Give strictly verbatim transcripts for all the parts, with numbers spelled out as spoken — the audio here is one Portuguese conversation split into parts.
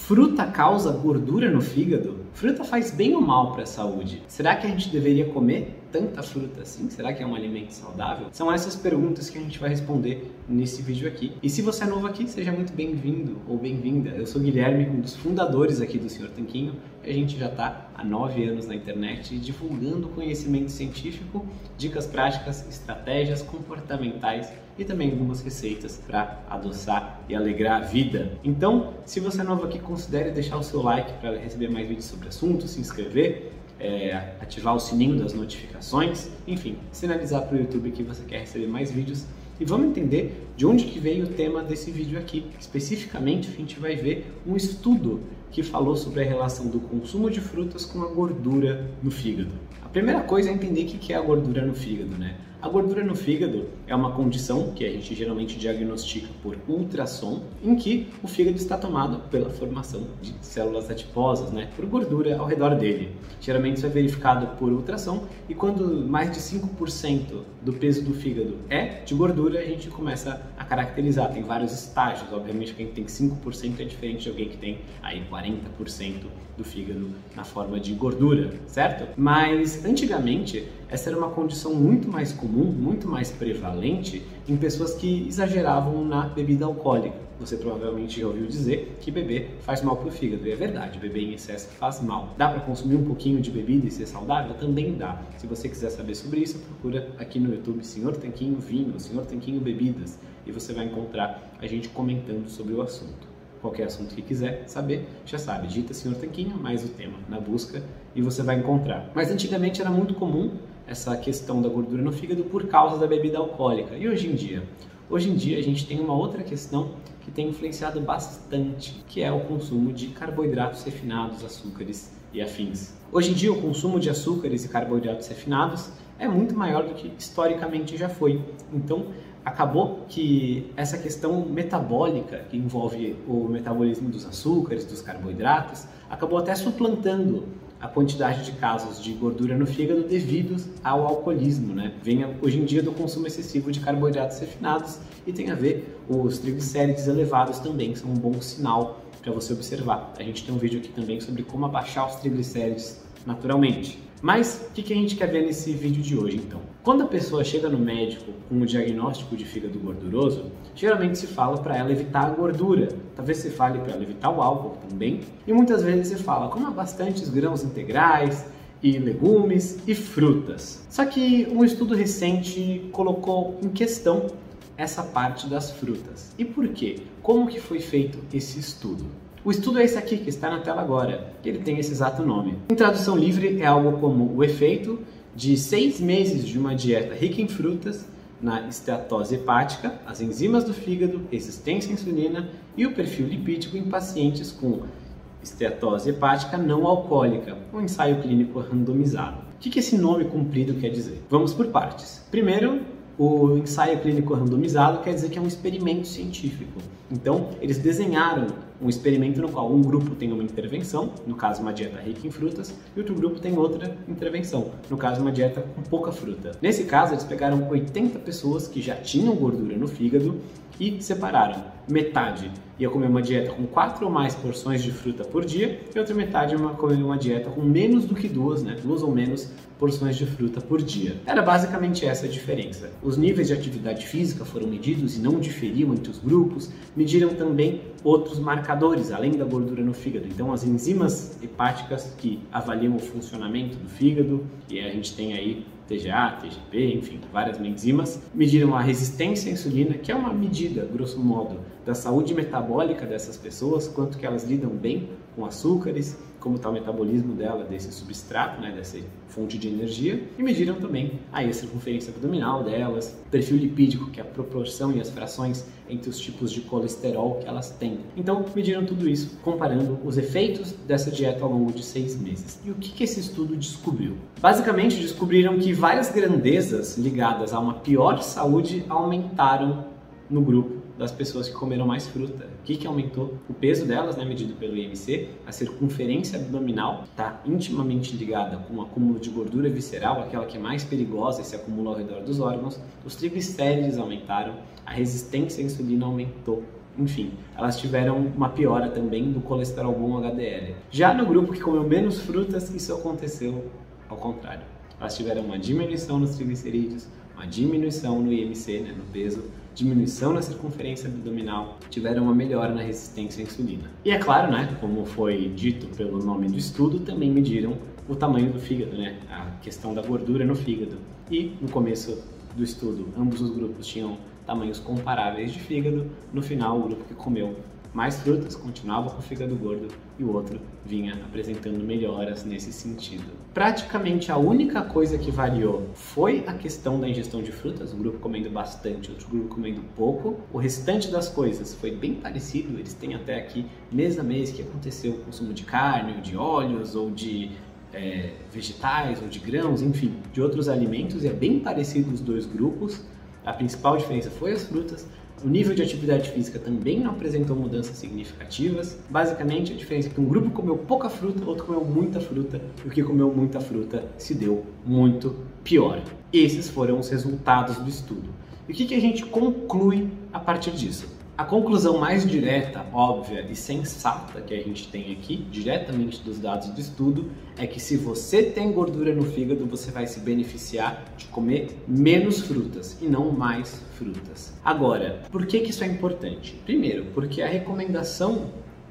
Fruta causa gordura no fígado? Fruta faz bem ou mal para a saúde? Será que a gente deveria comer tanta fruta assim? Será que é um alimento saudável? São essas perguntas que a gente vai responder nesse vídeo aqui. E se você é novo aqui, seja muito bem-vindo ou bem-vinda. Eu sou Guilherme, um dos fundadores aqui do senhor Tanquinho, e a gente já está há nove anos na internet divulgando conhecimento científico, dicas práticas, estratégias comportamentais e também algumas receitas para adoçar e alegrar a vida. Então, se você é novo aqui, considere deixar o seu like para receber mais vídeos sobre o assunto, se inscrever, é, ativar o sininho das notificações, enfim, sinalizar para o YouTube que você quer receber mais vídeos. E vamos entender de onde que veio o tema desse vídeo aqui. Especificamente, a gente vai ver um estudo que falou sobre a relação do consumo de frutas com a gordura no fígado. A primeira coisa é entender o que é a gordura no fígado, né? A gordura no fígado é uma condição que a gente geralmente diagnostica por ultrassom, em que o fígado está tomado pela formação de células adiposas, né, por gordura ao redor dele. Geralmente isso é verificado por ultrassom e quando mais de cinco por cento do peso do fígado é de gordura, a gente começa a caracterizar. Tem vários estágios, obviamente quem tem cinco por cento é diferente de alguém que tem aí quarenta por cento do fígado na forma de gordura, certo? Mas antigamente essa era uma condição muito mais comum, muito mais prevalente em pessoas que exageravam na bebida alcoólica. Você provavelmente já ouviu dizer que beber faz mal para o fígado, e é verdade, beber em excesso faz mal. Dá para consumir um pouquinho de bebida e ser saudável? Também dá. Se você quiser saber sobre isso, procura aqui no YouTube senhor Tanquinho Vinho, senhor Tanquinho Bebidas, e você vai encontrar a gente comentando sobre o assunto. Qualquer assunto que quiser saber, já sabe, digita senhor Tanquinho, mais o tema na busca e você vai encontrar. Mas antigamente era muito comum essa questão da gordura no fígado por causa da bebida alcoólica. E hoje em dia? Hoje em dia a gente tem uma outra questão que tem influenciado bastante, que é o consumo de carboidratos refinados, açúcares e afins. Hoje em dia o consumo de açúcares e carboidratos refinados é muito maior do que historicamente já foi. Então, acabou que essa questão metabólica que envolve o metabolismo dos açúcares, dos carboidratos, acabou até suplantando a quantidade de casos de gordura no fígado devido ao alcoolismo, né? Vem hoje em dia do consumo excessivo de carboidratos refinados e tem a ver os triglicérides elevados também, que são um bom sinal para você observar. A gente tem um vídeo aqui também sobre como abaixar os triglicérides naturalmente. Mas o que, que a gente quer ver nesse vídeo de hoje então? Quando a pessoa chega no médico com o diagnóstico de fígado gorduroso, geralmente se fala para ela evitar a gordura. Talvez se fale para ela evitar o álcool também. E muitas vezes se fala coma bastantes grãos integrais e legumes e frutas. Só que um estudo recente colocou em questão essa parte das frutas. E por quê? Como que foi feito esse estudo? O estudo é esse aqui, que está na tela agora, que ele tem esse exato nome. Em tradução livre, é algo como o efeito de seis meses de uma dieta rica em frutas na esteatose hepática, as enzimas do fígado, resistência à insulina e o perfil lipídico em pacientes com esteatose hepática não alcoólica, um ensaio clínico randomizado. O que esse nome comprido quer dizer? Vamos por partes. Primeiro, o ensaio clínico randomizado quer dizer que é um experimento científico. Então, eles desenharam um experimento no qual um grupo tem uma intervenção, no caso uma dieta rica em frutas, e outro grupo tem outra intervenção, no caso uma dieta com pouca fruta. Nesse caso, eles pegaram oitenta pessoas que já tinham gordura no fígado e separaram. Metade ia comer uma dieta com quatro ou mais porções de fruta por dia e outra metade ia comer uma dieta com menos do que duas, né, duas ou menos porções de fruta por dia. Era basicamente essa a diferença. Os níveis de atividade física foram medidos e não diferiam entre os grupos, mediram também outros marcadores, além da gordura no fígado. Então, as enzimas hepáticas que avaliam o funcionamento do fígado, e a gente tem aí T G A, T G P, enfim, várias enzimas, mediram a resistência à insulina, que é uma medida, grosso modo, da saúde metabólica dessas pessoas, quanto que elas lidam bem com açúcares, como está o metabolismo dela, desse substrato, né, dessa fonte de energia, e mediram também a circunferência abdominal delas, perfil lipídico, que é a proporção e as frações entre os tipos de colesterol que elas têm. Então, mediram tudo isso, comparando os efeitos dessa dieta ao longo de seis meses. E o que, que esse estudo descobriu? Basicamente, descobriram que várias grandezas ligadas a uma pior saúde aumentaram no grupo das pessoas que comeram mais fruta. O que, que aumentou? O peso delas, né, medido pelo I M C, a circunferência abdominal está intimamente ligada com o acúmulo de gordura visceral, aquela que é mais perigosa e se acumula ao redor dos órgãos. Os triglicérides aumentaram, a resistência à insulina aumentou enfim, elas tiveram uma piora também do colesterol bom H D L. Já no grupo que comeu menos frutas, isso aconteceu ao contrário. Elas tiveram uma diminuição nos triglicerídeos, uma diminuição no I M C, né, no peso, diminuição na circunferência abdominal, tiveram uma melhora na resistência à insulina. E é claro, né, como foi dito pelo nome do estudo, também mediram o tamanho do fígado, né, a questão da gordura no fígado. E no começo do estudo, ambos os grupos tinham tamanhos comparáveis de fígado. No final, o grupo que comeu mais frutas continuava com o fígado gordo e o outro vinha apresentando melhoras nesse sentido. Praticamente a única coisa que variou foi a questão da ingestão de frutas, um grupo comendo bastante, outro grupo comendo pouco. O restante das coisas foi bem parecido, eles têm até aqui mês a mês que aconteceu o consumo de carne, ou de óleos, ou de é, vegetais, ou de grãos, enfim, de outros alimentos, e é bem parecido os dois grupos. A principal diferença foi as frutas. O nível de atividade física também não apresentou mudanças significativas. Basicamente, a diferença é que um grupo comeu pouca fruta, outro comeu muita fruta, e o que comeu muita fruta se deu muito pior. Esses foram os resultados do estudo. E o que, que a gente conclui a partir disso? A conclusão mais direta, óbvia e sensata que a gente tem aqui, diretamente dos dados do estudo, é que se você tem gordura no fígado, você vai se beneficiar de comer menos frutas e não mais frutas. Agora, por que que isso é importante? Primeiro, porque a recomendação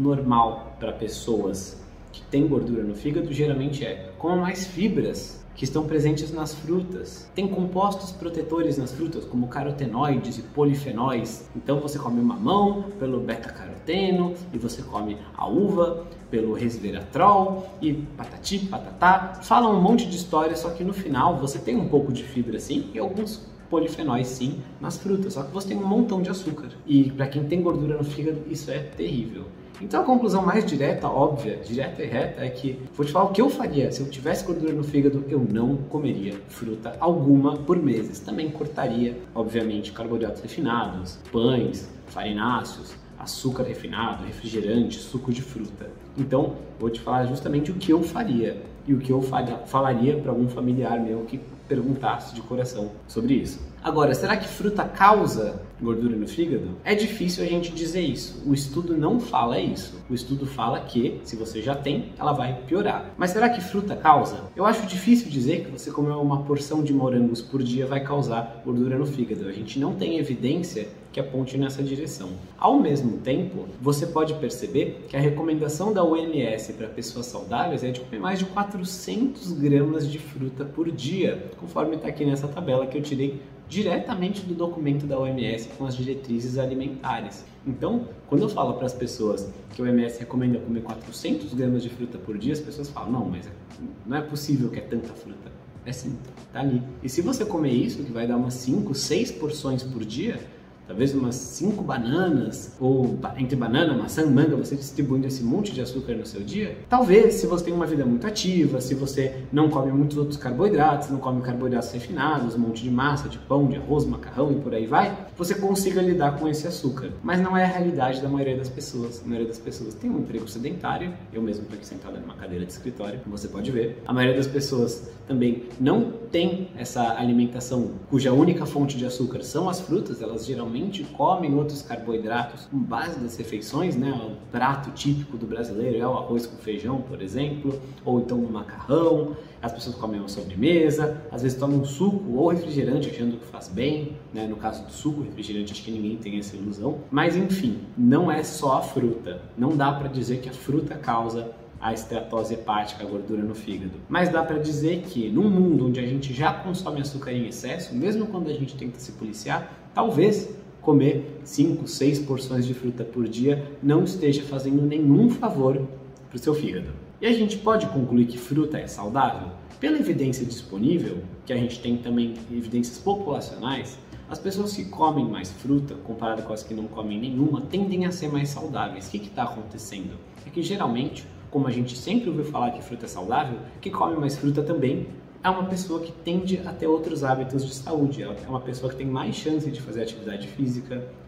normal para pessoas que têm gordura no fígado geralmente é coma mais fibras que estão presentes nas frutas. Tem compostos protetores nas frutas, como carotenoides e polifenóis. Então você come o mamão pelo beta-caroteno, e você come a uva pelo resveratrol, e patati, patatá. Falam um monte de histórias, só que no final você tem um pouco de fibra sim, e alguns polifenóis sim nas frutas, só que você tem um montão de açúcar. E para quem tem gordura no fígado, isso é terrível. Então a conclusão mais direta, óbvia, direta e reta é que, vou te falar o que eu faria se eu tivesse gordura no fígado, eu não comeria fruta alguma por meses. Também cortaria, obviamente, carboidratos refinados, pães, farináceos, açúcar refinado, refrigerante, suco de fruta. Então, vou te falar justamente o que eu faria e o que eu falaria para algum familiar meu que perguntasse de coração sobre isso. Agora, será que fruta causa gordura no fígado? É difícil a gente dizer isso. O estudo não fala isso. O estudo fala que, se você já tem, ela vai piorar. Mas será que fruta causa? Eu acho difícil dizer que você comer uma porção de morangos por dia vai causar gordura no fígado. A gente não tem evidência que aponte nessa direção. Ao mesmo tempo, você pode perceber que a recomendação da O M S para pessoas saudáveis é de comer mais de quatrocentos gramas de fruta por dia, conforme está aqui nessa tabela que eu tirei diretamente do documento da O M S com as diretrizes alimentares. Então, quando eu falo para as pessoas que a O M S recomenda comer quatrocentos gramas de fruta por dia, as pessoas falam, não, mas não é possível que é tanta fruta. É sim, tá ali. E se você comer isso, que vai dar umas cinco, seis porções por dia, talvez umas cinco bananas, ou entre banana, maçã, manga, você distribuindo esse monte de açúcar no seu dia, talvez, se você tem uma vida muito ativa, se você não come muitos outros carboidratos, não come carboidratos refinados, um monte de massa, de pão, de arroz, macarrão e por aí vai, você consiga lidar com esse açúcar. Mas não é a realidade da maioria das pessoas. A maioria das pessoas tem um emprego sedentário, eu mesmo estou aqui sentado numa cadeira de escritório, como você pode ver. A maioria das pessoas também não tem essa alimentação cuja única fonte de açúcar são as frutas, elas geralmente comem outros carboidratos com base das refeições, né? O prato típico do brasileiro é o arroz com feijão, por exemplo, ou então o macarrão. As pessoas comem uma sobremesa, às vezes tomam um suco ou refrigerante achando que faz bem, né? No caso do suco, refrigerante, acho que ninguém tem essa ilusão. Mas enfim, não é só a fruta. Não dá para dizer que a fruta causa a esteatose hepática, a gordura no fígado. Mas dá para dizer que num mundo onde a gente já consome açúcar em excesso, mesmo quando a gente tenta se policiar, talvez comer cinco, seis porções de fruta por dia não esteja fazendo nenhum favor para o seu fígado. E a gente pode concluir que fruta é saudável? Pela evidência disponível, que a gente tem também evidências populacionais, as pessoas que comem mais fruta, comparado com as que não comem nenhuma, tendem a ser mais saudáveis. O que está acontecendo? É que geralmente, como a gente sempre ouviu falar que fruta é saudável, quem come mais fruta também é uma pessoa que tende a ter outros hábitos de saúde, é uma pessoa que tem mais chance de fazer atividade física,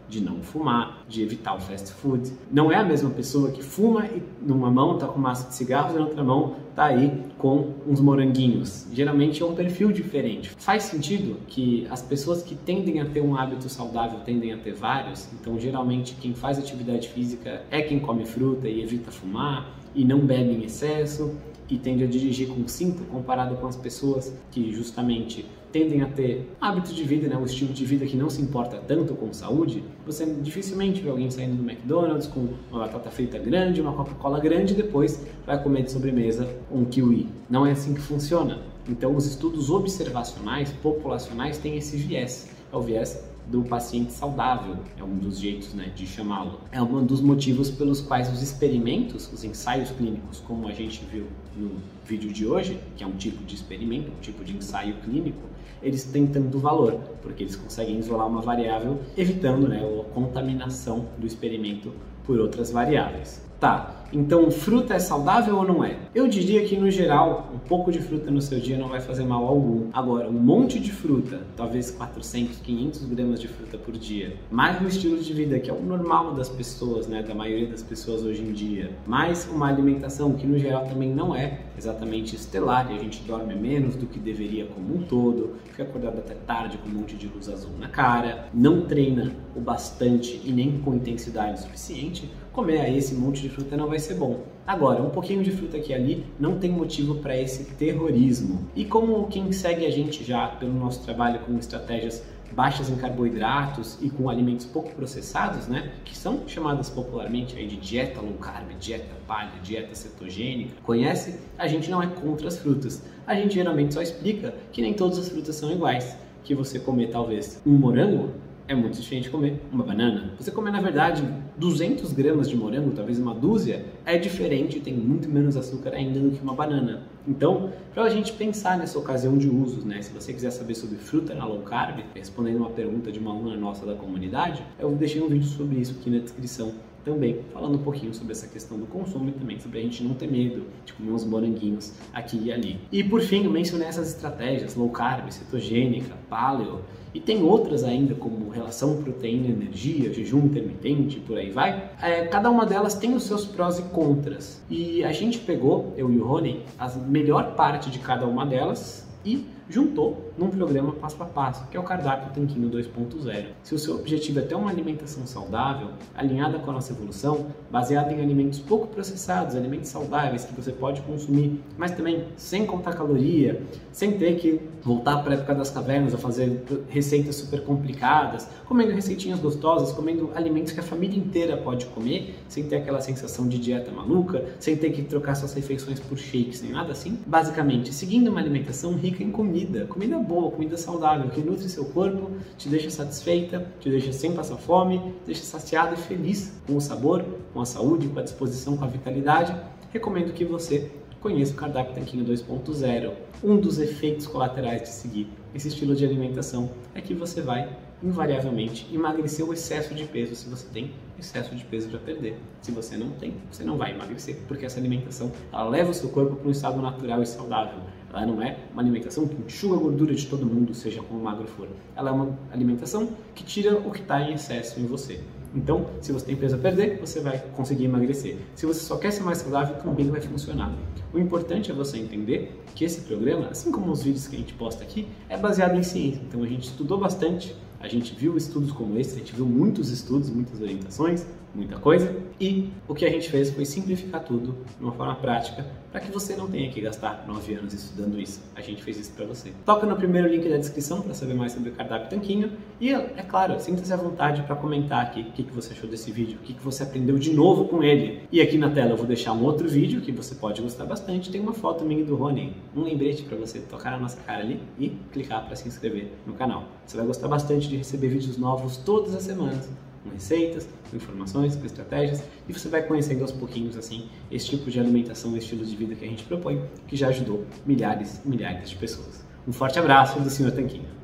de não fumar, de evitar o fast food. Não é a mesma pessoa que fuma e numa mão tá com massa de cigarros e na outra mão tá aí com uns moranguinhos. Geralmente é um perfil diferente. Faz sentido que as pessoas que tendem a ter um hábito saudável tendem a ter vários. Então, geralmente, quem faz atividade física é quem come fruta e evita fumar e não bebe em excesso e tende a dirigir com cinto, comparado com as pessoas que justamente tendem a ter hábito de vida, né, um estilo de vida que não se importa tanto com saúde. Você dificilmente vê alguém saindo do McDonald's com uma batata frita grande, uma Coca-Cola grande e depois vai comer de sobremesa um kiwi. Não é assim que funciona. Então, os estudos observacionais, populacionais, têm esse viés. É o viés do paciente saudável, é um dos jeitos, né, de chamá-lo. É um dos motivos pelos quais os experimentos, os ensaios clínicos, como a gente viu no vídeo de hoje, que é um tipo de experimento, um tipo de ensaio clínico, eles têm tanto valor, porque eles conseguem isolar uma variável, evitando, né, a contaminação do experimento por outras variáveis. Tá, então fruta é saudável ou não é? Eu diria que no geral, um pouco de fruta no seu dia não vai fazer mal algum. Agora, um monte de fruta, talvez quatrocentos, quinhentos gramas de fruta por dia, mais um estilo de vida que é o normal das pessoas, né, da maioria das pessoas hoje em dia, mais uma alimentação que no geral também não é exatamente estelar, e a gente dorme menos do que deveria como um todo, fica acordado até tarde com um monte de luz azul na cara, não treina o bastante e nem com intensidade suficiente, comer aí esse monte de fruta não vai ser bom. Agora, um pouquinho de fruta aqui e ali não tem motivo para esse terrorismo. E como quem segue a gente já pelo nosso trabalho com estratégias baixas em carboidratos e com alimentos pouco processados, né, que são chamadas popularmente aí de dieta low carb, dieta paleo, dieta cetogênica, conhece? A gente não é contra as frutas. A gente geralmente só explica que nem todas as frutas são iguais. Que você comer talvez um morango é muito diferente de comer uma banana. Você comer, na verdade, duzentos gramas de morango, talvez uma dúzia, é diferente e tem muito menos açúcar ainda do que uma banana. Então, para a gente pensar nessa ocasião de usos, né? Se você quiser saber sobre fruta na low carb, respondendo uma pergunta de uma aluna nossa da comunidade, eu deixei um vídeo sobre isso aqui na descrição também, falando um pouquinho sobre essa questão do consumo e também sobre a gente não ter medo de comer uns moranguinhos aqui e ali. E por fim, eu mencionei essas estratégias, low carb, cetogênica, paleo, e tem outras ainda como relação proteína-energia, jejum intermitente, por aí vai. É, cada uma delas tem os seus prós e contras. E a gente pegou, eu e o Rony, a melhor parte de cada uma delas e juntou num programa passo a passo, que é o Cardápio Tanquinho dois ponto zero. Se o seu objetivo é ter uma alimentação saudável, alinhada com a nossa evolução, baseada em alimentos pouco processados, alimentos saudáveis que você pode consumir, mas também sem contar caloria, sem ter que voltar para a época das cavernas a fazer receitas super complicadas, comendo receitinhas gostosas, comendo alimentos que a família inteira pode comer, sem ter aquela sensação de dieta maluca, sem ter que trocar suas refeições por shakes, nem nada assim. Basicamente, seguindo uma alimentação rica em comida, comida boa, comida saudável, que nutre seu corpo, te deixa satisfeita, te deixa sem passar fome, te deixa saciado e feliz com o sabor, com a saúde, com a disposição, com a vitalidade. Recomendo que você conheça o Cardápio Tanquinho dois ponto zero. Um dos efeitos colaterais de seguir esse estilo de alimentação é que você vai, invariavelmente, emagrecer o excesso de peso se você tem excesso de peso para perder. Se você não tem, você não vai emagrecer, porque essa alimentação ela leva o seu corpo para um estado natural e saudável. Ela não é uma alimentação que enxuga a gordura de todo mundo, seja como magro for. Ela é uma alimentação que tira o que está em excesso em você. Então, se você tem peso a perder, você vai conseguir emagrecer. Se você só quer ser mais saudável, também vai funcionar. O importante é você entender que esse programa, assim como os vídeos que a gente posta aqui, é baseado em ciência. Então, a gente estudou bastante, a gente viu estudos como esse, a gente viu muitos estudos, muitas orientações, muita coisa, e o que a gente fez foi simplificar tudo de uma forma prática para que você não tenha que gastar nove anos estudando isso. A gente fez isso para você. Toca no primeiro link da descrição para saber mais sobre o Cardápio Tanquinho e, é claro, sinta-se à vontade para comentar aqui o que você achou desse vídeo, o que você aprendeu de novo com ele. E aqui na tela eu vou deixar um outro vídeo que você pode gostar bastante, tem uma foto minha e do Rony, um lembrete para você tocar na nossa cara ali e clicar para se inscrever no canal. Você vai gostar bastante de receber vídeos novos todas as semanas, com receitas, com informações, com estratégias, e você vai conhecendo aos pouquinhos assim esse tipo de alimentação, esse estilo de vida que a gente propõe, que já ajudou milhares e milhares de pessoas. Um forte abraço do senhor Tanquinho.